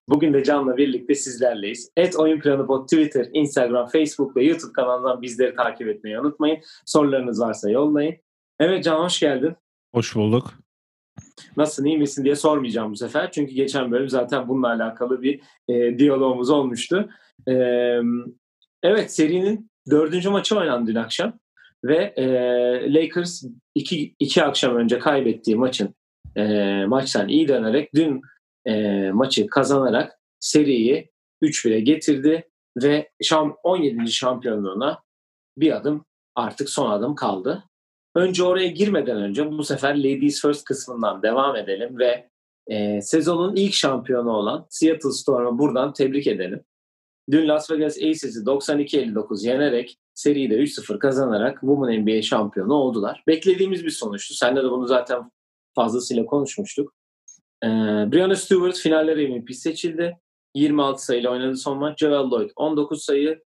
Bugün de Can'la birlikte sizlerleyiz. @oyunplanı.pod Twitter, Instagram, Facebook ve YouTube kanalından bizleri takip etmeyi unutmayın. Sorularınız varsa yollayın. Evet Can, hoş geldin. Hoş bulduk. Nasılsın, iyi misin diye sormayacağım bu sefer. Çünkü geçen bölüm zaten bununla alakalı bir diyalogumuz olmuştu. Evet, serinin 4. maçı oynandı dün akşam. Ve Lakers iki akşam önce kaybettiği maçtan iyi dönerek dün maçı kazanarak seriyi 3-1'e getirdi ve 17. şampiyonluğuna bir adım, artık son adım kaldı. Önce oraya girmeden önce bu sefer Ladies First kısmından devam edelim ve sezonun ilk şampiyonu olan Seattle Storm'u buradan tebrik edelim. Dün Las Vegas Aces'i 92-59 yenerek seriyi de 3-0 kazanarak Women NBA şampiyonu oldular. Beklediğimiz bir sonuçtu. Seninle de bunu zaten fazlasıyla konuşmuştuk. Breanna Stewart finaller MVP seçildi. 26 sayıyla oynadı son maç. Jewel Lloyd 19 sayı.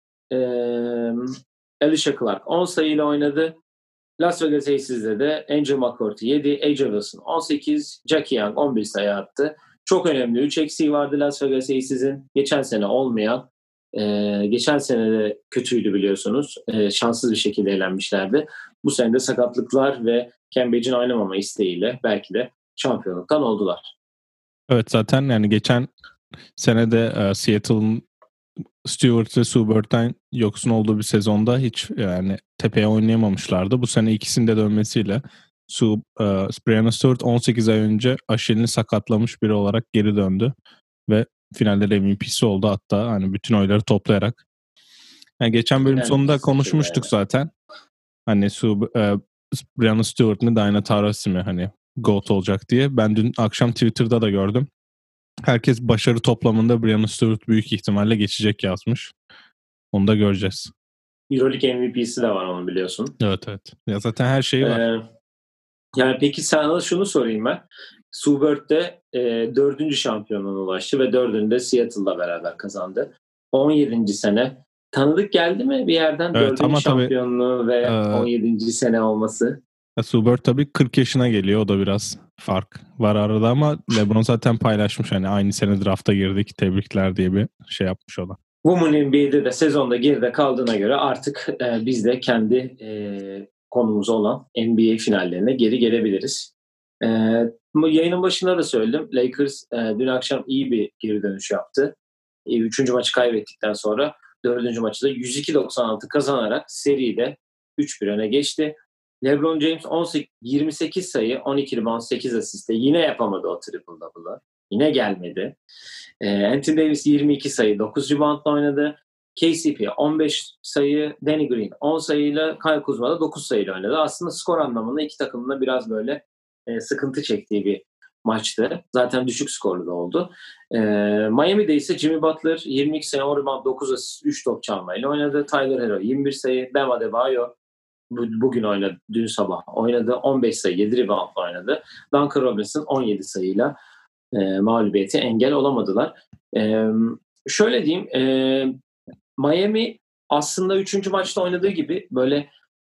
Alicia Clark 10 sayıyla oynadı. Las Vegas Aces'de de Angel McCourt 7, AJ Wilson 18, Jackie Young 11 sayı attı. Çok önemli 3 eksiği vardı Las Vegas Aces'in. Geçen sene olmayan, geçen sene de kötüydü biliyorsunuz. Şanssız bir şekilde elenmişlerdi. Bu sene de sakatlıklar ve Cambridge'in oynamama isteğiyle belki de şampiyonluktan oldular. Evet, zaten yani geçen senede Seattle'ın Stewart ve Subert'ten yoksun olduğu bir sezonda hiç yani tepeye oynayamamışlardı. Bu sene ikisinde dönmesiyle Breanna Stewart 18 ay önce Aşil'ini sakatlamış biri olarak geri döndü ve finalde MVP'si oldu, hatta hani bütün oyları toplayarak. Yani geçen bölüm sonunda konuşmuştuk zaten. Hani Breanna Stewart mi Diana Taurasi mi hani GOAT olacak diye. Ben dün akşam Twitter'da da gördüm. Herkes başarı toplamında Breanna Stewart büyük ihtimalle geçecek yazmış. Onu da göreceğiz. EuroLeague MVP'si de var, onu biliyorsun. Evet. Ya zaten her şeyi var. Yani peki sana şunu sorayım ben. Subert de 4. şampiyonluğuna ulaştı ve 4'ünü de Seattle'la beraber kazandı. 17. sene. Tanıdık geldi mi bir yerden, evet, 4. şampiyonluğu ve 17. sene olması? Subert tabii 40 yaşına geliyor. O da biraz fark var arada ama LeBron zaten paylaşmış. Hani aynı sene drafta girdik, tebrikler diye bir şey yapmış o da. Women NBA'de de sezonda geride kaldığına göre artık biz de kendi konumuz olan NBA finallerine geri gelebiliriz. Yayının başında da söyledim. Lakers dün akşam iyi bir geri dönüş yaptı. 3. maçı kaybettikten sonra 4. maçı da 102-96 kazanarak seride 3-1 öne geçti. LeBron James 28 sayı, 12 rebound, 8 asiste. Yine yapamadı o triple double'ı. Yine gelmedi. Anthony Davis 22 sayı, 9 reboundla oynadı. KCP 15 sayı, Danny Green 10 sayıyla, Kyle Kuzma da 9 sayıyla oynadı. Aslında skor anlamında iki takımın da biraz böyle sıkıntı çektiği bir maçtı. Zaten düşük skorlu da oldu. Miami'de ise Jimmy Butler 22 sayı, 10 rebound, 9 asist, 3 top çalmayla oynadı. Tyler Herro 21 sayı, Bam Adebayo bugün oynadı, dün sabah oynadı. 15 sayı, 7 reboundla oynadı. Duncan Robinson 17 sayıyla mağlubiyeti engel olamadılar. Şöyle diyeyim, Miami aslında 3. maçta oynadığı gibi böyle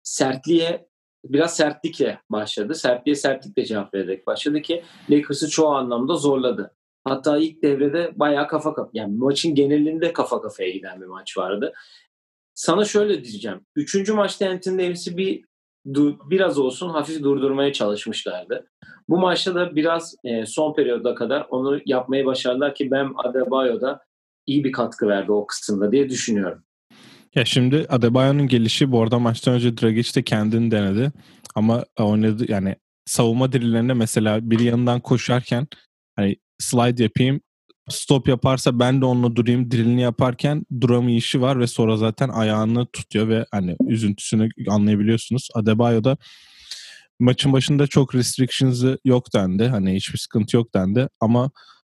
biraz sertlikle başladı. Sertlikle cevap vererek başladı ki Lakers'ı çoğu anlamda zorladı. Hatta ilk devrede bayağı yani maçın genelinde kafa kafaya giden bir maç vardı. Sana şöyle diyeceğim. 3. maçta Anthony Davis'i biraz olsun hafif durdurmaya çalışmışlardı. Bu maçta da biraz son periyoda kadar onu yapmayı başardılar ki Bam Adebayo da iyi bir katkı verdi o kısımda diye düşünüyorum. Ya şimdi Adebayo'nun gelişi, bu arada maçtan önce Dragic de kendini denedi. Ama oynadı yani savunma drilllerinde mesela biri yanından koşarken hani slide yapayım, stop yaparsa ben de onunla durayım drillini yaparken duramayışı var ve sonra zaten ayağını tutuyor ve hani üzüntüsünü anlayabiliyorsunuz. Adebayo'da maçın başında çok restrictions'ı yok dendi. Hani hiçbir sıkıntı yok dendi ama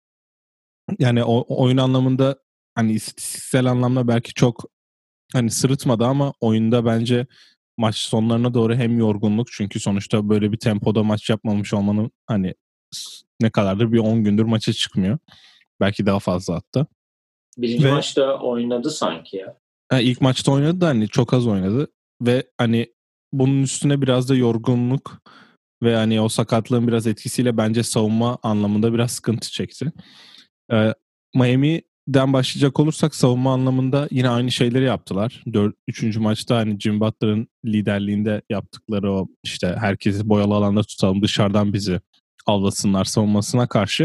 yani oyun anlamında hani istatistiksel anlamda belki çok hani sırıtmadı ama oyunda bence maç sonlarına doğru hem yorgunluk, çünkü sonuçta böyle bir tempoda maç yapmamış olmanın hani ne kadardır, bir 10 gündür maça çıkmıyor. Belki daha fazla hatta. Birinci maçta oynadı sanki ya. İlk maçta oynadı da hani çok az oynadı ve hani bunun üstüne biraz da yorgunluk ve hani o sakatlığın biraz etkisiyle bence savunma anlamında biraz sıkıntı çekti. Miami'den başlayacak olursak savunma anlamında yine aynı şeyleri yaptılar. 3. maçta hani Jimmy Butler'ın liderliğinde yaptıkları o işte herkesi boyalı alanda tutalım, dışarıdan bizi avlasınlar savunmasına karşı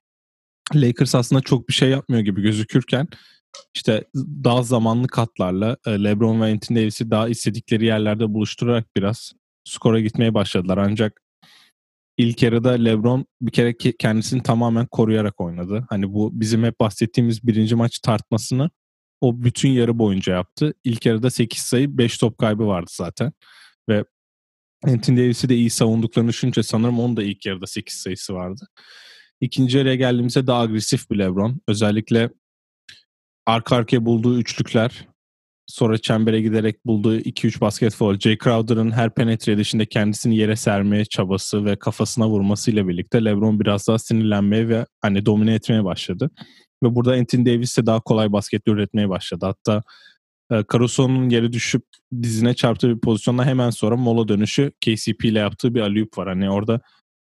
Lakers aslında çok bir şey yapmıyor gibi gözükürken işte daha zamanlı katlarla LeBron ve Anthony Davis'i daha istedikleri yerlerde buluşturarak biraz skora gitmeye başladılar. Ancak İlk yarıda LeBron bir kere kendisini tamamen koruyarak oynadı. Hani bu bizim hep bahsettiğimiz birinci maç tartmasını o bütün yarı boyunca yaptı. İlk yarıda 8 sayı 5 top kaybı vardı zaten. Ve Anthony Davis'i de iyi savunduklarını düşününce sanırım onun da ilk yarıda 8 sayısı vardı. İkinci yarıya geldiğimizde daha agresif bir LeBron. Özellikle arka arkaya bulduğu üçlükler, sonra çembere giderek bulduğu 2-3 basket faul, Jay Crowder'ın her penetre edişinde kendisini yere sermeye çabası ve kafasına vurmasıyla birlikte LeBron biraz daha sinirlenmeye ve hani domine etmeye başladı. Ve burada Anthony Davis de daha kolay basket üretmeye başladı. Hatta Caruso'nun yere düşüp dizine çarptığı bir pozisyonda hemen sonra mola dönüşü KCP ile yaptığı bir alley-oop var. Hani orada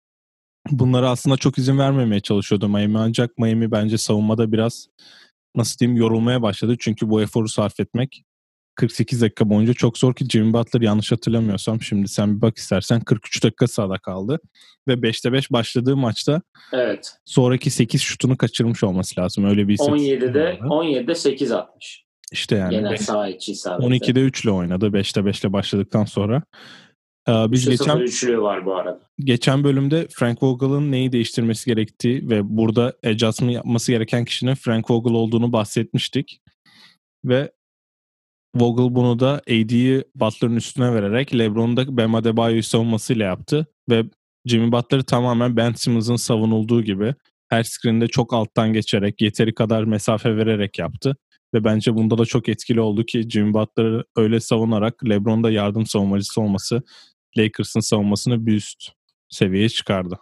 bunlara aslında çok izin vermemeye çalışıyordu Miami, ancak Miami bence savunmada biraz nasıl diyeyim yorulmaya başladı. Çünkü bu eforu sarf etmek 48 dakika boyunca çok zor ki Jimmy Butler yanlış hatırlamıyorsam şimdi sen bir bak istersen 43 dakika sahada kaldı ve 5'te 5 başladığı maçta evet. Sonraki 8 şutunu kaçırmış olması lazım. Öyle bir 17'de 8 atmış. İşte yani genel saha içi isabeti. 12'de 3 ile oynadı 5'te 5 ile başladıktan sonra. Biz geçen üçlüğü var bu arada. Geçen bölümde Frank Vogel'ın neyi değiştirmesi gerektiği ve burada adjustment yapması gereken kişinin Frank Vogel olduğunu bahsetmiştik. Ve Vogel bunu da AD'yi Butler'ın üstüne vererek LeBron'u da Bam Adebayo'yu savunmasıyla yaptı. Ve Jimmy Butler'ı tamamen Ben Simmons'ın savunulduğu gibi her screen'de çok alttan geçerek, yeteri kadar mesafe vererek yaptı. Ve bence bunda da çok etkili oldu ki Jimmy Butler'ı öyle savunarak LeBron'da yardım savunmacısı olması Lakers'ın savunmasını bir üst seviyeye çıkardı.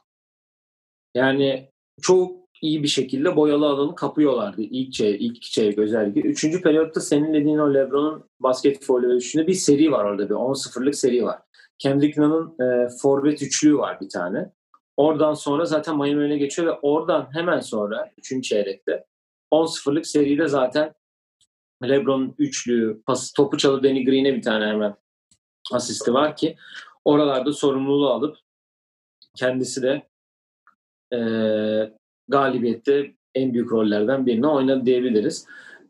Yani çok iyi bir şekilde boyalı alanı kapıyorlardı ilk iki çeyrek özellikle. Üçüncü periyotta senin dediğin o LeBron'un basket faulü üstünde bir seri var orada. Bir 10-0'lık seri var. Kendrick Nunn'ın forvet üçlüğü var bir tane. Oradan sonra zaten Miami öne geçiyor ve oradan hemen sonra 3. çeyrekte 10-0'lık seride zaten LeBron'un üçlüğü, topu çalıp Danny Green'e bir tane hemen asisti var ki oralarda sorumluluğu alıp kendisi de galibiyette en büyük rollerden birini oynadı diyebiliriz.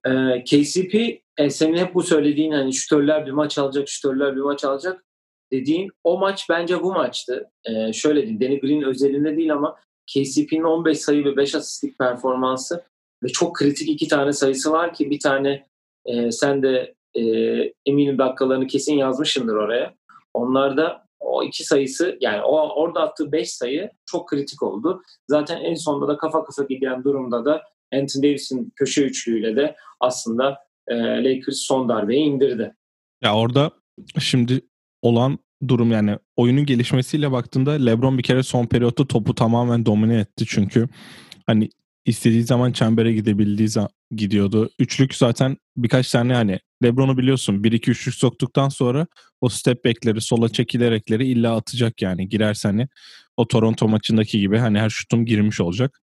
KCP senin hep bu söylediğin hani şütörler bir maç alacak dediğin o maç bence bu maçtı. Şöyle diyeyim, Danny Green özelinde değil ama KCP'nin 15 sayı ve 5 asistlik performansı ve çok kritik 2 tane sayısı var ki bir tane sen de eminim dakikalarını kesin yazmışsındır oraya. Onlarda o 2 sayısı yani orada attığı 5 sayı çok kritik oldu. Zaten en sonunda da kafa giden durumda da Anthony Davis'in köşe üçlüğüyle de aslında Lakers son darbeyi indirdi. Ya orada şimdi olan durum yani oyunun gelişmesiyle baktığında LeBron bir kere son periyotta topu tamamen domine etti. Çünkü hani istediği zaman çembere gidiyordu. Üçlük zaten birkaç tane hani LeBron'u biliyorsun 1-2 üçlük soktuktan sonra o step back'leri sola çekilerekleri illa atacak yani. Girerse hani o Toronto maçındaki gibi hani her şutum girmiş olacak.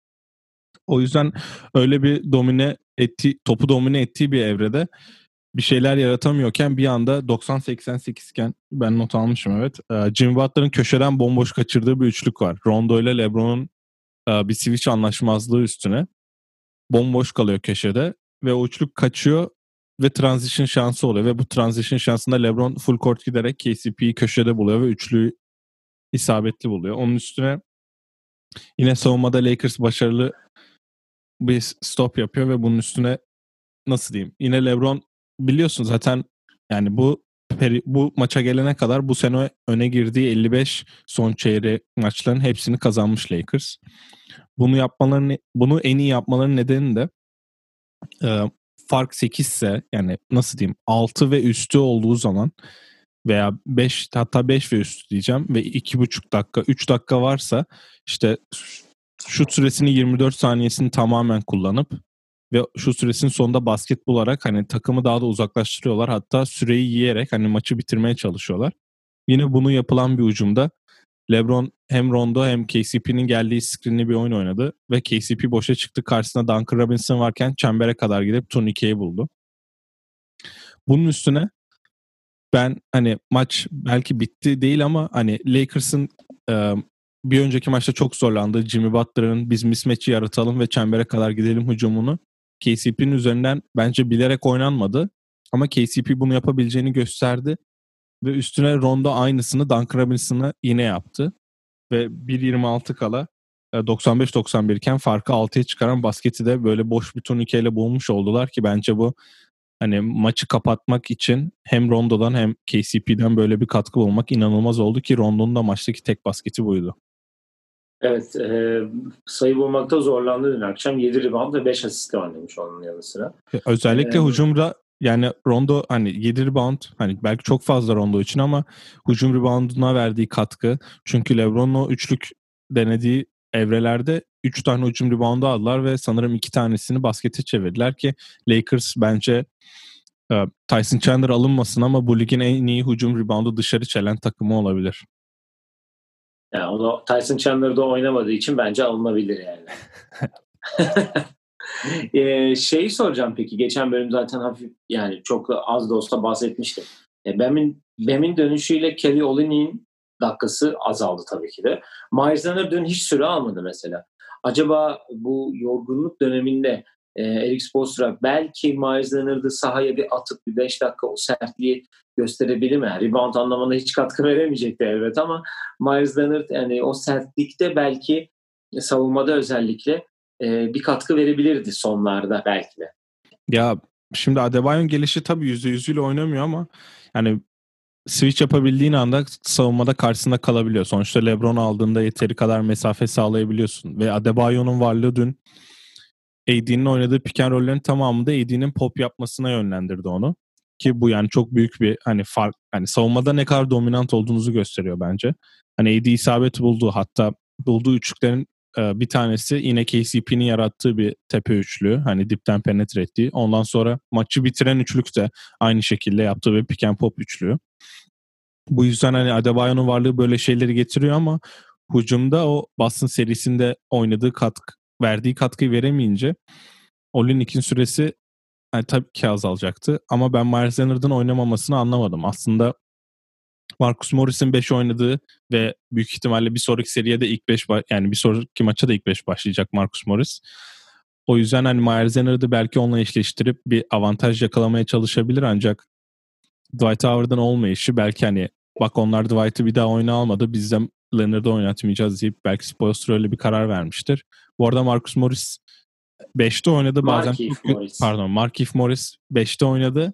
O yüzden öyle bir topu domine ettiği bir evrede bir şeyler yaratamıyorken bir anda 90-88 iken ben not almışım evet. Jimmy Butler'ın köşeden bomboş kaçırdığı bir üçlük var. Rondo ile LeBron'un bir switch anlaşmazlığı üstüne bomboş kalıyor köşede ve o üçlük kaçıyor ve transition şansı oluyor ve bu transition şansında LeBron full court giderek KCP'yi köşede buluyor ve üçlüyü isabetli buluyor. Onun üstüne yine savunmada Lakers başarılı bir stop yapıyor ve bunun üstüne nasıl diyeyim? Yine LeBron biliyorsun zaten yani bu maça gelene kadar bu sene öne girdiği 55 son çeyreği maçların hepsini kazanmış Lakers. Bunu en iyi yapmalarının nedeni de fark 8 ise yani nasıl diyeyim 6 ve üstü olduğu zaman veya 5 hatta 5 ve üstü diyeceğim ve 2,5 dakika 3 dakika varsa işte şut süresini 24 saniyesini tamamen kullanıp ve şu süresinin sonunda basket bularak hani takımı daha da uzaklaştırıyorlar. Hatta süreyi yiyerek hani maçı bitirmeye çalışıyorlar. Yine bunu yapılan bir hücumda LeBron hem Rondo hem KCP'nin geldiği screen'li bir oyun oynadı ve KCP boşa çıktı. Karşısında Duncan Robinson varken çembere kadar gidip turnikeyi buldu. Bunun üstüne ben hani maç belki bitti değil ama hani Lakers'ın bir önceki maçta çok zorlandığı Jimmy Butler'ın biz mismatch'i yaratalım ve çembere kadar gidelim hücumunu KCP'nin üzerinden bence bilerek oynanmadı. Ama KCP bunu yapabileceğini gösterdi. Ve üstüne Rondo aynısını Duncan Robinson'a yine yaptı. Ve 1.26 kala 95-91 iken farkı 6'ya çıkaran basketi de böyle boş bir turnikeyle bulmuş oldular ki bence bu hani maçı kapatmak için hem Rondo'dan hem KCP'den böyle bir katkı bulmak inanılmaz oldu ki Rondo'nun da maçtaki tek basketi buydu. Evet, sayı bulmakta zorlandı dün akşam. 7 rebound ve 5 asist oynamış onun yanı sıra. Özellikle hücumda yani Rondo hani 7 rebound hani belki çok fazla Rondo için ama hücum rebounduna verdiği katkı. Çünkü LeBron'un o üçlük denediği evrelerde 3 tane hücum reboundu aldılar ve sanırım 2 tanesini baskete çevirdiler ki Lakers bence Tyson Chandler alınmasın ama bu ligin en iyi hücum reboundu dışarı çelen takımı olabilir. Yani onu Tyson Chandler'da oynamadığı için bence alınabilir yani. Şeyi soracağım peki. Geçen bölüm zaten hafif yani çok az da olsa bahsetmiştim. Bam'in dönüşüyle Kelly Olynyk'in dakikası azaldı tabii ki de. Myers Leonard dün hiç süre almadı mesela. Acaba bu yorgunluk döneminde Erik Spoelstra belki Myers Leonard'ı sahaya bir atıp bir 5 dakika o sertliği gösterebilir mi? Yani rebound anlamında hiç katkı veremeyecekti elbet ama Myers Leonard yani o sertlikte belki savunmada özellikle bir katkı verebilirdi sonlarda belki de. Ya şimdi Adebayo'nun gelişi tabii %100'üyle oynamıyor ama yani switch yapabildiğin anda savunmada karşısında kalabiliyor. Sonuçta LeBron aldığında yeteri kadar mesafe sağlayabiliyorsun. Ve Adebayo'nun varlığı dün AD'nin oynadığı pick and roll'lerin tamamında AD'nin pop yapmasına yönlendirdi onu. Ki bu yani çok büyük bir hani fark. Hani savunmada ne kadar dominant olduğunuzu gösteriyor bence. Hani AD isabet buldu. Hatta bulduğu üçlüklerin bir tanesi yine KCP'nin yarattığı bir tepe üçlü. Hani dipten penetre ettiği. Ondan sonra maçı bitiren üçlük de aynı şekilde yaptığı bir pick and pop üçlü. Bu yüzden hani Adebayo'nun varlığı böyle şeyleri getiriyor ama hücumda o Boston serisinde oynadığı verdiği katkıyı veremeyince Olynyk'in süresi yani tabii ki azalacaktı. Ama ben Myers Leonard'ın oynamamasını anlamadım. Aslında Marcus Morris'in 5 oynadığı ve büyük ihtimalle bir sonraki seriye de ilk 5 yani bir sonraki maça da ilk 5 başlayacak Marcus Morris. O yüzden hani Myers Leonard'ı belki onunla eşleştirip bir avantaj yakalamaya çalışabilir ancak Dwight Howard'ın olmayışı belki hani bak onlar Dwight'ı bir daha oyuna almadı biz de Leonard'ı oynatmayacağız deyip belki Spoelstra öyle bir karar vermiştir. Bu arada Marcus Morris 5'te oynadı bazen Markieff Morris 5'te oynadı.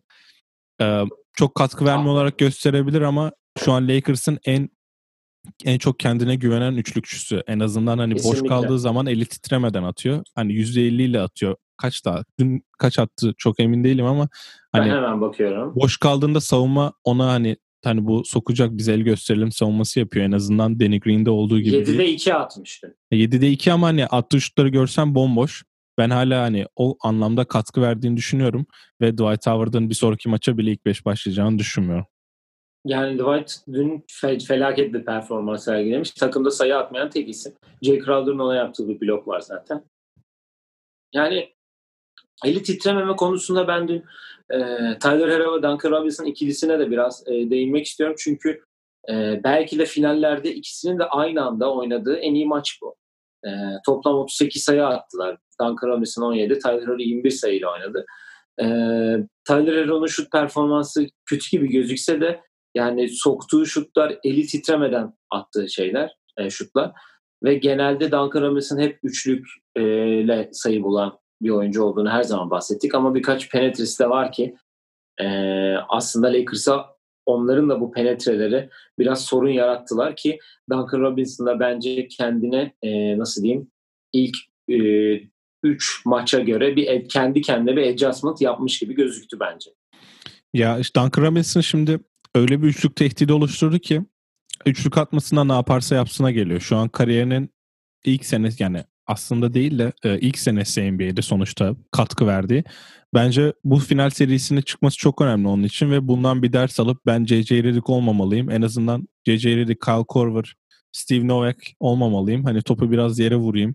Çok katkı verme olarak gösterebilir ama şu an Lakers'ın en çok kendine güvenen üçlükçüsü. En azından hani kesinlikle. Boş kaldığı zaman eli titremeden atıyor. Hani %50 ile atıyor. Dün kaç attı çok emin değilim ama hani ben hemen bakıyorum. Boş kaldığında savunma ona hani bu sokacak bize el gösterelim savunması yapıyor. En azından Danny Green'de olduğu gibi 7'de değil. 2 atmıştı. 7'de 2 ama hani attığı şutları görsem bomboş. Ben hala hani o anlamda katkı verdiğini düşünüyorum. Ve Dwight Howard'ın bir sonraki maça bile ilk 5 başlayacağını düşünmüyorum. Yani Dwight dün felaket bir performans sergilemiş. Takımda sayı atmayan tek isim. Jay Crowder'ın ona yaptığı bir blok var zaten. Yani eli titrememe konusunda ben dün Tyler Herro ve Duncan Robinson ikilisine de biraz değinmek istiyorum. Çünkü belki de finallerde ikisinin de aynı anda oynadığı en iyi maç bu. Toplam 38 sayı attılar. Duncan Robinson 17, Tyler Herro 21 sayıyla oynadı. Tyler Herro'nun şut performansı kötü gibi gözükse de yani soktuğu şutlar eli titremeden attığı şutlar. Ve genelde Duncan Robinson hep üçlükle sayı bulan bir oyuncu olduğunu her zaman bahsettik. Ama birkaç penetresi de var ki aslında Lakers'a onların da bu penetreleri biraz sorun yarattılar ki Duncan Robinson da bence kendine nasıl diyeyim ilk 3 maça göre kendi kendine bir adjustment yapmış gibi gözüktü bence. Ya işte Duncan Robinson şimdi öyle bir üçlük tehdidi oluşturdu ki üçlük atmasına ne yaparsa yapsına geliyor. Şu an kariyerinin ilk senesi yani aslında değil de ilk senesi NBA'de sonuçta katkı verdi. Bence bu final serisine çıkması çok önemli onun için ve bundan bir ders alıp ben J.J. Redick olmamalıyım. En azından J.J. Redick, Kyle Korver Steve Novak olmamalıyım. Hani topu biraz yere vurayım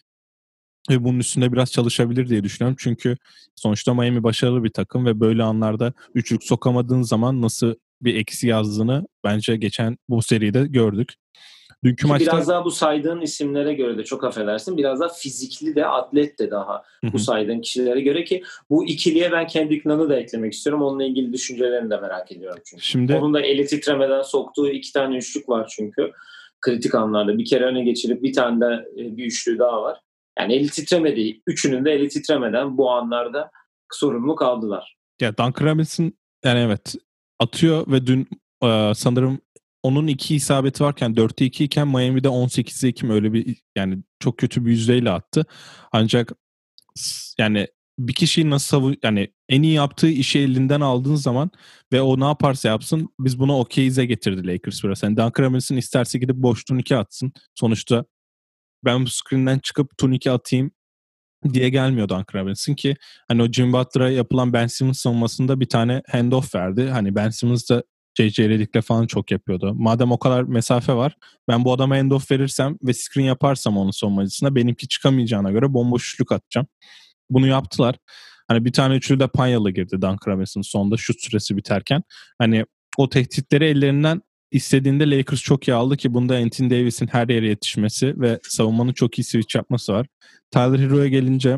ve bunun üstünde biraz çalışabilir diye düşünüyorum. Çünkü sonuçta Miami başarılı bir takım ve böyle anlarda üçlük sokamadığın zaman nasıl bir eksi yazdığını bence geçen bu seride gördük. Dünkü Ki maçta biraz daha bu saydığın isimlere göre de çok affedersin. Biraz daha fizikli de atlet de daha bu saydığın kişilere göre ki bu ikiliye ben Kendrick Nunn'ı da eklemek istiyorum. Onunla ilgili düşüncelerini de merak ediyorum çünkü. Şimdi Onun da eli titremeden soktuğu 2 tane üçlük var çünkü. Kritik anlarda. Bir kere öne geçirip bir tane de bir üçlüğü daha var. Yani eli titremedi. Üçünün de eli titremeden bu anlarda sorumluluk aldılar. ya Duncan Robinson yani evet atıyor ve dün sanırım onun 2 isabeti varken 4'te 2 iken Miami'de 18'de 2 mi öyle bir yani çok kötü bir yüzdeyle attı. Ancak yani bir kişiyi nasıl yani en iyi yaptığı işi elinden aldığın zaman ve o ne yaparsa yapsın biz buna okeyize getirdi Lakers biraz. Yani Duncan Robinson isterse gidip boş turnike atsın. Sonuçta ben bu screen'den çıkıp turnike atayım diye gelmiyor Duncan Robinson ki hani o Jim Butler'a yapılan Ben Simmons savunmasında bir tane handoff verdi. Hani Ben Simmons da J.J. Redick'le falan çok yapıyordu. Madem o kadar mesafe var ben bu adama handoff verirsem ve screen yaparsam onun savunmacısına benimki çıkamayacağına göre bomboş üçlük atacağım. Bunu yaptılar. Hani bir tane üçlü de Panyalı girdi Duncan Robinson sonunda şut süresi biterken. Hani o tehditleri ellerinden istediğinde Lakers çok iyi aldı ki bunda Anthony Davis'in her yere yetişmesi ve savunmanın çok iyi switch yapması var. Tyler Hero'ya gelince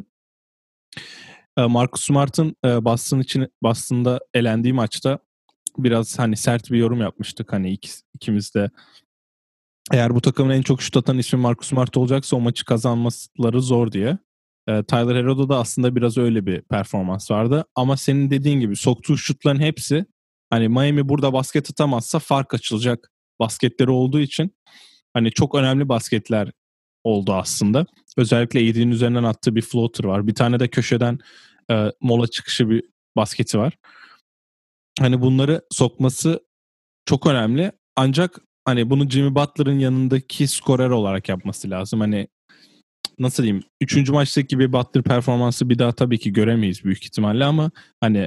Marcus Smart'ın Boston'da elendiği maçta biraz hani sert bir yorum yapmıştık. Hani ikimiz de eğer bu takımın en çok şut atan ismi Marcus Smart olacaksa o maçı kazanmaları zor diye. Tyler Herro'da da aslında biraz öyle bir performans vardı. Ama senin dediğin gibi soktuğu şutların hepsi hani Miami burada basket atamazsa fark açılacak basketleri olduğu için hani çok önemli basketler oldu aslında. Özellikle AD'nin üzerinden attığı bir floater var. Bir tane de köşeden mola çıkışı bir basketi var. Hani bunları sokması çok önemli. Ancak hani bunu Jimmy Butler'ın yanındaki skorer olarak yapması lazım. Hani nasıl diyeyim? Üçüncü maçtaki gibi Butler performansı bir daha tabii ki göremeyiz büyük ihtimalle ama hani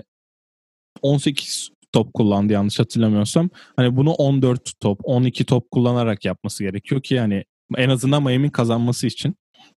18 top kullandı yanlış hatırlamıyorsam. Hani bunu 14 top, 12 top kullanarak yapması gerekiyor ki yani en azından Miami'nin kazanması için.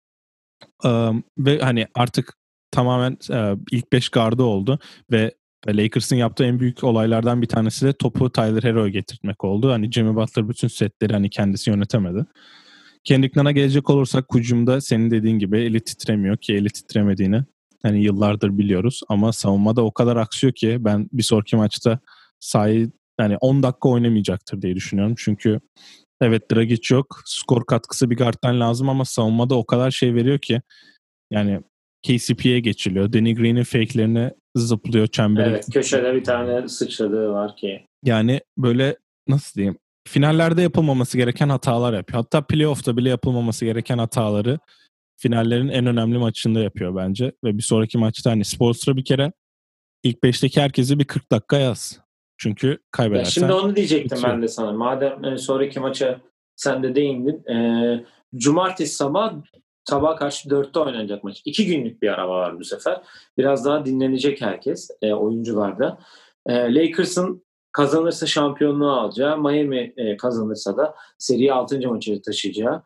Ve hani artık tamamen ilk 5 gardı oldu ve Lakers'ın yaptığı en büyük olaylardan bir tanesi de topu Tyler Herro'ya getirtmek oldu. Hani Jimmy Butler bütün setleri hani kendisi yönetemedi. Kendrick Nunn'a gelecek olursak hücumda senin dediğin gibi eli titremiyor ki eli titremediğini hani yıllardır biliyoruz ama savunmada o kadar aksıyor ki ben bir sonraki maçta sahayı yani 10 dakika oynamayacaktır diye düşünüyorum. Çünkü evet Dragic yok. Skor katkısı bir guard'tan lazım ama savunmada o kadar şey veriyor ki yani KCP'ye geçiliyor. Danny Green'in fake'lerine zıplıyor çembere. Evet, köşede bir tane sıçradığı var ki. Yani böyle nasıl diyeyim? Finallerde yapılmaması gereken hatalar yapıyor. Hatta playoff'ta bile yapılmaması gereken hataları finallerin en önemli maçında yapıyor bence. Ve bir sonraki maçta hani Spoelstra bir kere ilk 5'teki herkesi bir 40 dakika yaz. Çünkü Ya şimdi kaybedersen onu diyecektim bitiyor. ben de sana. Madem sonraki maça sen de değindin. Cumartesi sabah karşı 4'te oynanacak maç. 2 günlük bir araba var bu sefer. Biraz daha dinlenecek herkes, oyuncular da. Lakers'ın kazanırsa şampiyonluğu alacağı, Miami kazanırsa da seriyi 6. maçı taşıyacağı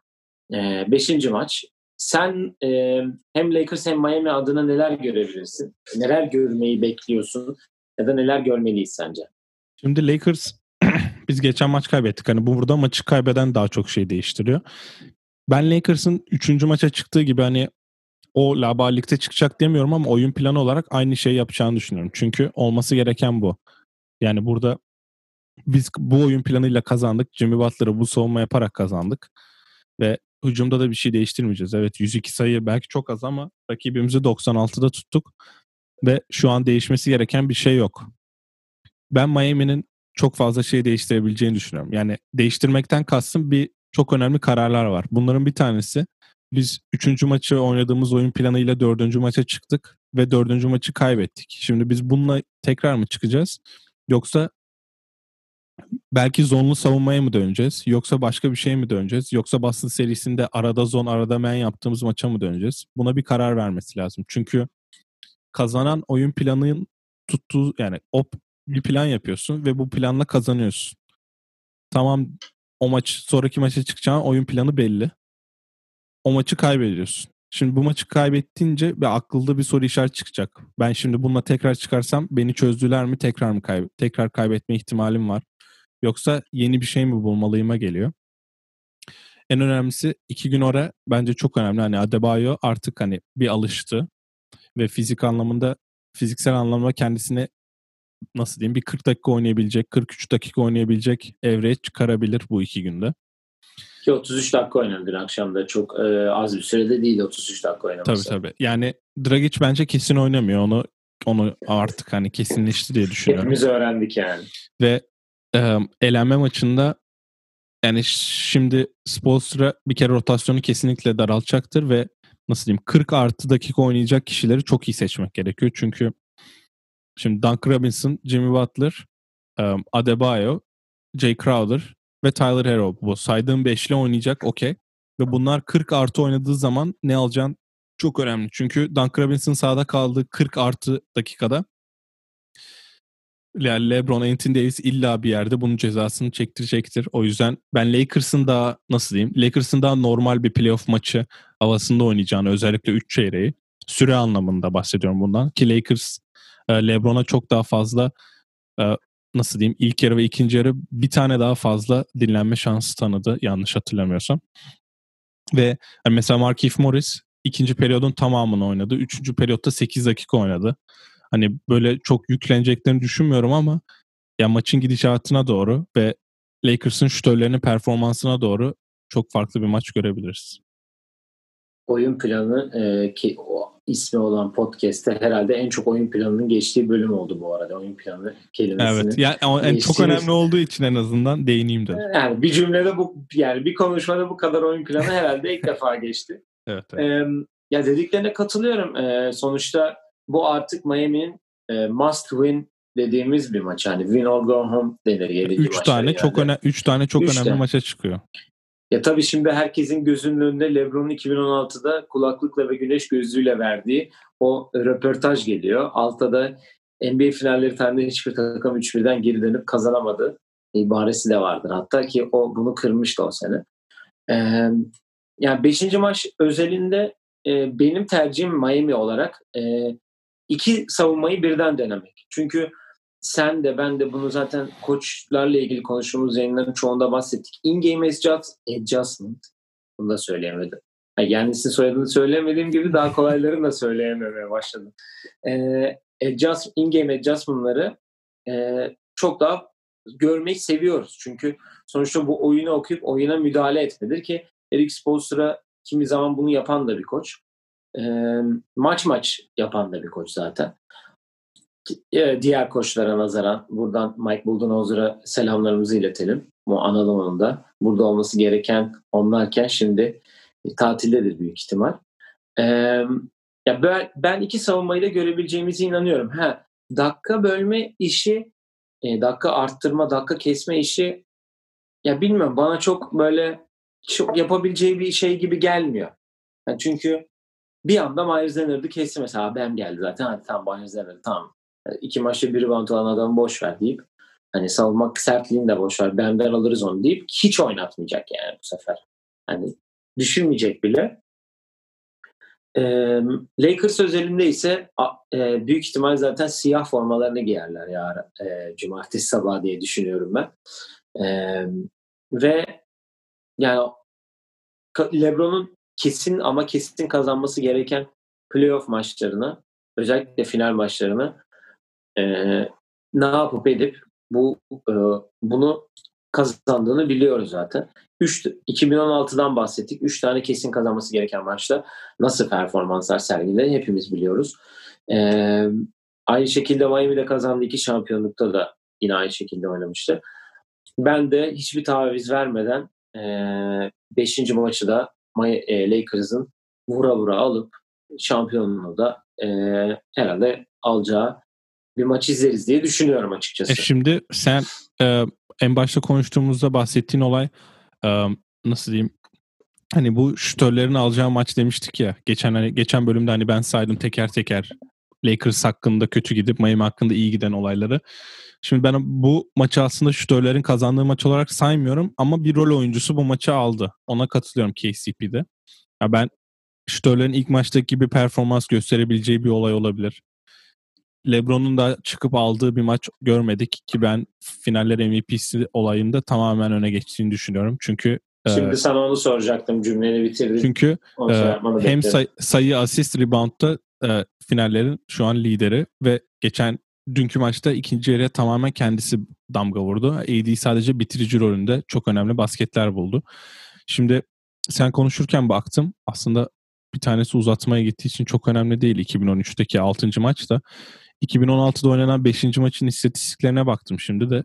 5. maç. Sen hem Lakers hem Miami adına neler görebilirsin? Neler görmeyi bekliyorsun? Ya da neler görmeliyiz sence? Şimdi Lakers biz geçen maç kaybettik. Hani bu burada maçı kaybeden daha çok şey değiştiriyor. Ben Lakers'ın 3. maça çıktığı gibi hani o laballikte çıkacak demiyorum ama oyun planı olarak aynı şeyi yapacağını düşünüyorum. Çünkü olması gereken bu. Yani burada biz bu oyun planıyla kazandık. Jimmy Butler'ı bu savunma yaparak kazandık. Ve hücumda da bir şey değiştirmeyeceğiz. Evet 102 sayı belki çok az ama rakibimizi 96'da tuttuk. Ve şu an değişmesi gereken bir şey yok. Ben Miami'nin çok fazla şey değiştirebileceğini düşünüyorum. Yani değiştirmekten kastım bir çok önemli kararlar var. Bunların bir tanesi biz 3. maçı oynadığımız oyun planıyla 4. maça çıktık ve 4. maçı kaybettik. Şimdi biz bununla tekrar mı çıkacağız? Yoksa belki zonlu savunmaya mı döneceğiz? Yoksa başka bir şeye mi döneceğiz? Yoksa Boston serisinde arada zon arada man yaptığımız maça mı döneceğiz? Buna bir karar vermesi lazım. Çünkü kazanan oyun planının tuttuğu yani bir plan yapıyorsun ve bu planla kazanıyorsun. Tamam sonraki maça çıkacağın oyun planı belli. O maçı kaybediyorsun. Şimdi bu maçı kaybettiğince bir akılda bir soru işareti çıkacak. Ben şimdi bununla tekrar çıkarsam beni çözdüler mi, tekrar kaybetme ihtimalim var. Yoksa yeni bir şey mi bulmalıyıma geliyor. En önemlisi 2 gün ara bence çok önemli. Hani Adebayo artık hani bir alıştı ve fiziksel anlamda kendisine nasıl diyeyim bir 40 dakika oynayabilecek, 43 dakika oynayabilecek evreye çıkarabilir bu 2 günde. Ki 33 dakika oynadı dün akşam da çok az bir sürede değil 33 dakika oynaması. Tabii. Yani Dragic bence kesin oynamıyor. Onu artık hani kesinleşti diye düşünüyorum. Hepimiz öğrendik yani. Ve elenme maçında yani şimdi Spoelstra bir kere rotasyonu kesinlikle daraltacaktır ve nasıl diyeyim 40 artı dakika oynayacak kişileri çok iyi seçmek gerekiyor. Çünkü şimdi Duncan Robinson, Jimmy Butler, Adebayo, Jay Crowder ve Tyler Herro. Bu saydığım beşli oynayacak okey. Ve bunlar 40 artı oynadığı zaman ne alacağın çok önemli. Çünkü Duncan Robinson sahada kaldığı 40 artı dakikada yani LeBron, Anthony Davis illa bir yerde bunun cezasını çektirecektir. O yüzden ben Lakers'ın daha normal bir playoff maçı havasında oynayacağını, özellikle 3 çeyreği süre anlamında bahsediyorum bundan. Ki Lakers LeBron'a çok daha fazla ilk yarı ve ikinci yarı bir tane daha fazla dinlenme şansı tanıdı yanlış hatırlamıyorsam. Ve hani mesela Markieff Morris ikinci periyodun tamamını oynadı. Üçüncü periyotta 8 dakika oynadı. Hani böyle çok yükleneceklerini düşünmüyorum ama ya maçın gidişatına doğru ve Lakers'ın şütörlerinin performansına doğru çok farklı bir maç görebiliriz. Oyun planı ki o ismi olan podcast'te herhalde en çok oyun planının geçtiği bölüm oldu bu arada. Oyun planı kelimesini. Evet. Yani çok önemli olduğu için en azından değineyim dedim. Yani bir cümlede bir konuşmada bu kadar oyun planı herhalde ilk defa geçti. Evet. Ya dediklerine katılıyorum. Sonuçta bu artık Miami'nin must win dediğimiz bir maç. Yani win or go home denir 7. maçta. 3 tane çok önemli maça çıkıyor. Ya tabii şimdi herkesin gözünün önünde LeBron'un 2016'da kulaklıkla ve güneş gözlüğüyle verdiği o röportaj geliyor. Altta da NBA finalleri tarihinde hiçbir takım 3-1'den geri dönüp kazanamadı ibaresi de vardır. Hatta ki o bunu kırmıştı o sene. Yani 5. maç özelinde benim tercihim Miami olarak iki savunmayı birden denemek. Çünkü sen de ben de bunu zaten koçlarla ilgili konuştuğumuz yayınların çoğunda bahsettik. In-game adjustment. Bunu da söyleyemedim. Yani sizin soyadını söyleyemediğim gibi daha kolaylarını da söyleyememeye başladım. In-game adjustment'ları çok daha görmeyi seviyoruz. Çünkü sonuçta bu oyunu okuyup oyuna müdahale etmedir ki Eric Spoelstra kimi zaman bunu yapan da bir koç. Maç yapan da bir koç zaten. Diğer koçlara nazaran buradan Mike Budenholzer'a selamlarımızı iletelim. Bu analım onun da. Burada olması gereken onlarken şimdi tatildedir büyük ihtimal. Ben iki savunmayı da görebileceğimize inanıyorum. Dakika bölme işi, dakika arttırma, dakika kesme işi ya bilmiyorum bana çok böyle çok yapabileceği bir şey gibi gelmiyor. Yani çünkü bir anda Myers Leonard'ı kesti mesela. Bam geldi zaten. Hadi tamam Myers Leonard tamam. 2 maçta bir rebound alan adamı boş ver deyip hani savunmak sertliğini de boş ver. Bam'den alırız onu deyip hiç oynatmayacak yani bu sefer. Hani düşünmeyecek bile. Lakers özelinde ise büyük ihtimal zaten siyah formalarını giyerler yarın cumartesi sabahı diye düşünüyorum ben. Ve yani LeBron'un kesin kazanması gereken playoff maçlarını, özellikle final maçlarını ne yapıp edip bunu kazandığını biliyoruz zaten. 2016'dan bahsettik. 3 tane kesin kazanması gereken maçta nasıl performanslar sergiledi hepimiz biliyoruz. Aynı şekilde Miami'de kazandığı 2 şampiyonlukta da yine aynı şekilde oynamıştı. Ben de hiçbir taviz vermeden 5. maçı da Lakers'ın vura alıp şampiyonluğu da herhalde alacağı bir maç izleriz diye düşünüyorum açıkçası. Şimdi sen en başta konuştuğumuzda bahsettiğin olay nasıl diyeyim hani bu şütörlerin alacağı maç demiştik ya geçen bölümde hani ben saydım teker teker Lakers hakkında kötü gidip Miami hakkında iyi giden olayları. Şimdi ben bu maçı aslında şütörlerin kazandığı maç olarak saymıyorum ama bir rol oyuncusu bu maçı aldı. Ona katılıyorum KCP'de. Ya ben şütörlerin ilk maçtaki gibi performans gösterebileceği bir olay olabilir. LeBron'un da çıkıp aldığı bir maç görmedik ki ben finaller MVP'si olayında tamamen öne geçtiğini düşünüyorum. Çünkü şimdi sana onu soracaktım, cümleni bitirdin. Çünkü hem sayı, asist, rebound'da finallerin şu an lideri ve dünkü maçta ikinci yarıya tamamen kendisi damga vurdu. AD sadece bitirici rolünde çok önemli basketler buldu. Şimdi sen konuşurken baktım aslında bir tanesi uzatmaya gittiği için çok önemli değil 2013'teki 6. maçta. 2016'da oynanan 5. maçın istatistiklerine baktım şimdi de.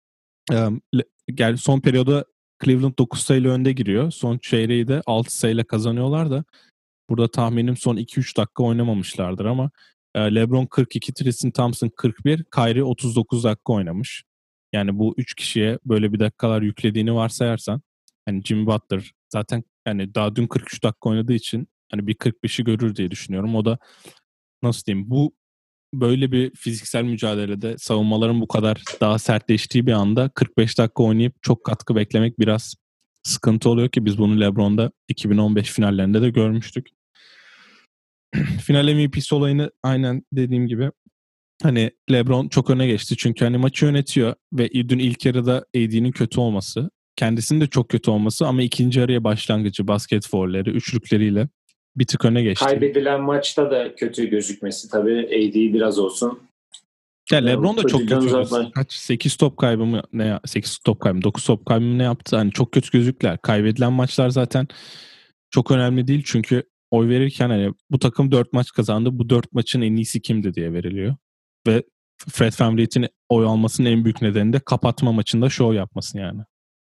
Son periyoda Cleveland 9 sayıyla önde giriyor. Son çeyreği de 6 sayıyla kazanıyorlar da burada tahminim son 2-3 dakika oynamamışlardır ama LeBron 42, Tristan Thompson 41, Kyrie 39 dakika oynamış. Yani bu 3 kişiye böyle bir dakikalar yüklediğini varsayarsan hani Jimmy Butler zaten yani daha dün 43 dakika oynadığı için hani bir 45'i görür diye düşünüyorum. O da nasıl diyeyim bu böyle bir fiziksel mücadelede savunmaların bu kadar daha sertleştiği bir anda 45 dakika oynayıp çok katkı beklemek biraz sıkıntı oluyor ki biz bunu LeBron'da 2015 finallerinde de görmüştük. Final MVP'si olayını aynen dediğim gibi hani LeBron çok öne geçti çünkü hani maçı yönetiyor ve dün ilk yarıda AD'nin kötü olması, kendisinin de çok kötü olması ama ikinci yarıya başlangıcı basket foul'leri, üçlükleriyle bir tık öne geçti. Kaybedilen maçta da kötü gözükmesi tabii AD biraz olsun. Ya LeBron da çok kötü. Kaç 8 top kaybı mı ne 8 top kaybı 9 top kaybı mı ne yaptı? Hani çok kötü gözükler. Kaybedilen maçlar zaten çok önemli değil çünkü oy verirken hani bu takım 4 maç kazandı. Bu 4 maçın en iyisi kimdi diye veriliyor. Ve Fred VanVleet'in oy almasının en büyük nedeni de kapatma maçında şov yapması yani.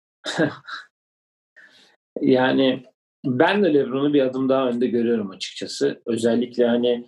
Yani ben de LeBron'u bir adım daha önde görüyorum açıkçası. Özellikle hani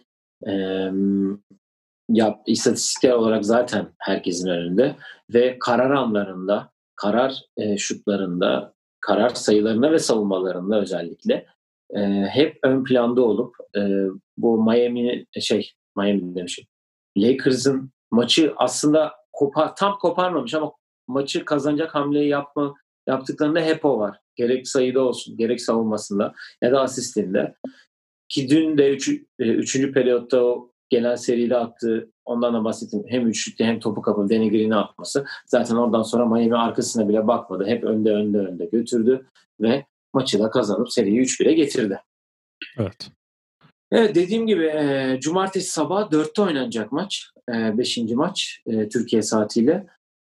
istatistikler olarak zaten herkesin önünde ve karar anlarında, karar şutlarında, karar sayılarında ve savunmalarında özellikle hep ön planda olup bu Miami demişim. Lakers'ın maçı aslında tam koparmamış ama maçı kazanacak hamleyi yaptıklarında hep o var. Gerek sayıda olsun, gerek savunmasında ya da asistinde. Ki dün de 3. periyotta o genel seride attığı, ondan da bahsettim. Hem üçlükte hem topu kapıp Danny Green'e atması. Zaten oradan sonra Miami arkasına bile bakmadı. Hep önde götürdü ve maçı da kazanıp seriyi 3-1'e getirdi. Evet. Evet, dediğim gibi cumartesi sabahı 4'te oynanacak maç. 5. maç Türkiye saatiyle.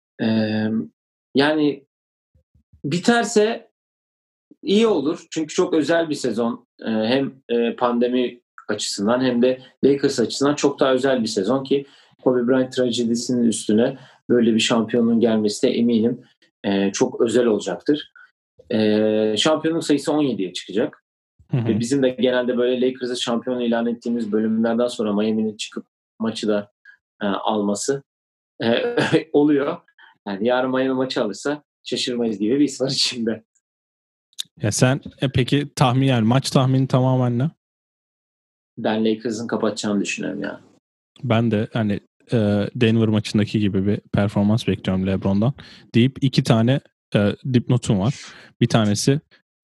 Yani biterse iyi olur. Çünkü çok özel bir sezon. Hem pandemi açısından hem de Lakers açısından çok daha özel bir sezon ki Kobe Bryant trajedisinin üstüne böyle bir şampiyonluğun gelmesi de eminim çok özel olacaktır. Şampiyonluk sayısı 17'ye çıkacak. Ve bizim de genelde böyle Lakers'ı şampiyon ilan ettiğimiz bölümlerden sonra Miami'nin çıkıp maçı da alması oluyor. Yani yarın Miami maçı alırsa şaşırmayız gibi bir his var içimde. Ya sen peki maç tahmini tamamen ne? Ben Lakers'ın kapatacağını düşünüyorum ya. Ben de hani Denver maçındaki gibi bir performans bekliyorum LeBron'dan deyip 2 tane dipnotum var. Bir tanesi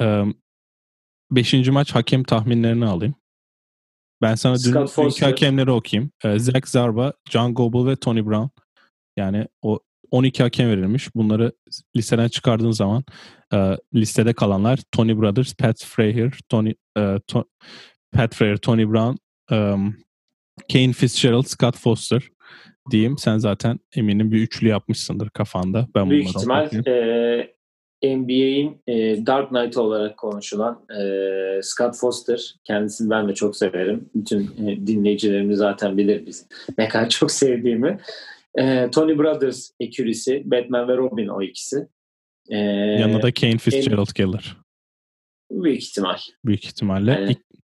5. maç hakem tahminlerini alayım. Ben sana dünkü hakemleri okuyayım. Zach Zarba, John Goble ve Tony Brown. Yani o 12 hakem verilmiş. Bunları listeden çıkardığın zaman listede kalanlar Tony Brothers, Pat Frazier, Tony Brown, Kane Fitzgerald, Scott Foster diyeyim. Sen zaten eminim bir üçlü yapmışsındır kafanda. Ben büyük ihtimal NBA'in Dark Knight olarak konuşulan Scott Foster. Kendisini ben de çok severim. Bütün dinleyicilerimiz zaten bilir biz ne kadar çok sevdiğimi. Tony Brothers ekürisi, Batman ve Robin o ikisi. Yanında da Kane Fitzgerald gelir. Büyük ihtimal. Büyük ihtimalle.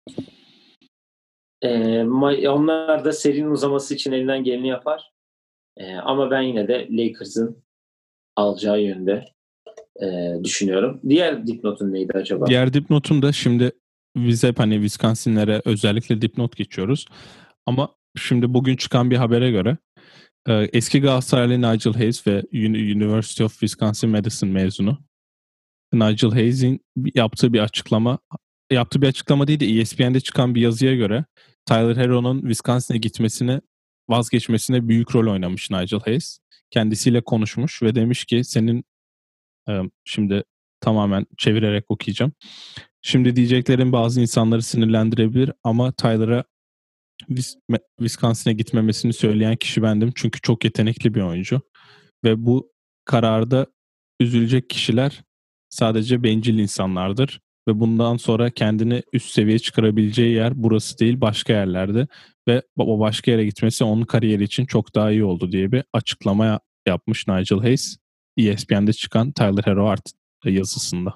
Onlar da serinin uzaması için elinden geleni yapar. Ama ben yine de Lakers'ın alacağı yönde düşünüyorum. Diğer dipnotun neydi acaba? Diğer dipnotum da şimdi biz hep hani Wisconsin'lere özellikle dipnot geçiyoruz. Ama şimdi bugün çıkan bir habere göre eski Galatasaraylı Nigel Hayes ve University of Wisconsin-Madison mezunu Nigel Hayes'in yaptığı bir açıklama değil de ESPN'de çıkan bir yazıya göre Tyler Herro'nun Wisconsin'e vazgeçmesine büyük rol oynamış Nigel Hayes. Kendisiyle konuşmuş ve demiş ki senin şimdi tamamen çevirerek okuyacağım. Şimdi diyeceklerim bazı insanları sinirlendirebilir ama Tyler'a Wisconsin'e gitmemesini söyleyen kişi bendim. Çünkü çok yetenekli bir oyuncu. Ve bu kararda üzülecek kişiler sadece bencil insanlardır. Ve bundan sonra kendini üst seviye çıkarabileceği yer burası değil başka yerlerde. Ve o başka yere gitmesi onun kariyeri için çok daha iyi oldu diye bir açıklama yapmış Nigel Hayes. ESPN'de çıkan Tyler Herro yazısında.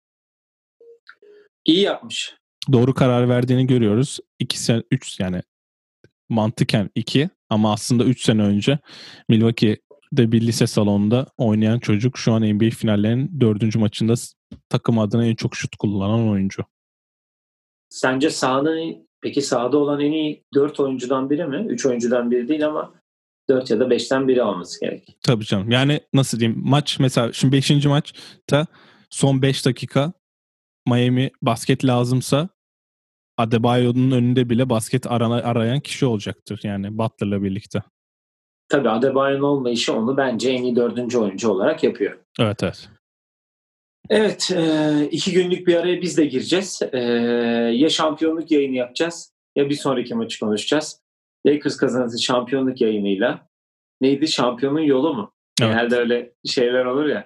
İyi yapmış. Doğru karar verdiğini görüyoruz. 3 yani mantıken 2 ama aslında 3 sene önce Milwaukee'de bir lise salonunda oynayan çocuk şu an NBA finallerinin 4. maçında takım adına en çok şut kullanan oyuncu. Sence sahada olan en iyi 4 oyuncudan biri mi? 3 oyuncudan biri değil ama 4 ya da 5'ten biri olması gerek. Tabii canım. Yani nasıl diyeyim? Maç mesela şimdi 5. maçta son 5 dakika Miami basket lazımsa Adebayo'nun önünde bile basket arayan kişi olacaktır. Yani Butler'la birlikte. Tabii Adebayo'nun olmayışı onu bence en iyi 4. oyuncu olarak yapıyor. Evet evet. Evet, 2 günlük bir araya biz de gireceğiz. Ya şampiyonluk yayını yapacağız ya bir sonraki maçı konuşacağız. Lakers kazanırsa şampiyonluk yayınıyla. Neydi? Şampiyonun yolu mu? Evet. Genelde öyle şeyler olur ya.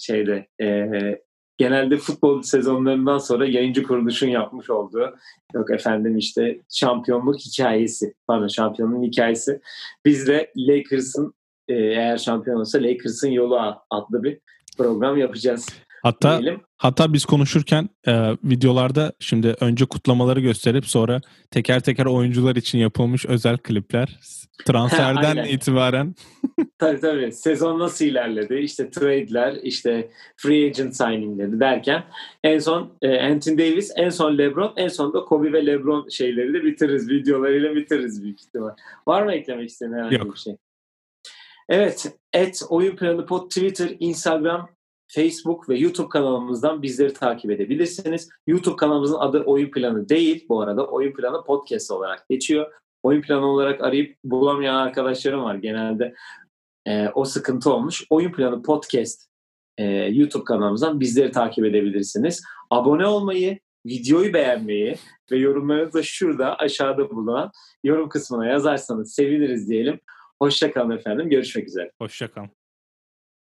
Genelde futbol sezonlarından sonra yayıncı kuruluşun yapmış olduğu yok efendim işte şampiyonluğun hikayesi. Biz de Lakers'ın eğer şampiyon olsa Lakers'ın yolu adlı bir program yapacağız. Hatta biz konuşurken videolarda şimdi önce kutlamaları gösterip sonra teker teker oyuncular için yapılmış özel klipler transferden itibaren. Tabii. Sezon nasıl ilerledi? İşte trade'ler, işte free agent signing'leri derken en son Anthony Davis, en son LeBron, en son da Kobe ve LeBron şeyleriyle bitiririz. Videolarıyla bitiririz büyük ihtimal. Var mı eklemek istediğin herhangi bir şey? Evet. @Oyun Planı Pod Twitter, Instagram, Facebook ve YouTube kanalımızdan bizleri takip edebilirsiniz. YouTube kanalımızın adı Oyun Planı değil. Bu arada Oyun Planı Podcast olarak geçiyor. Oyun Planı olarak arayıp bulamayan arkadaşlarım var genelde. O sıkıntı olmuş. Oyun Planı Podcast YouTube kanalımızdan bizleri takip edebilirsiniz. Abone olmayı, videoyu beğenmeyi ve yorumlarınızı da şurada aşağıda bulunan yorum kısmına yazarsanız seviniriz diyelim. Hoşça kalın efendim. Görüşmek üzere. Hoşça kalın.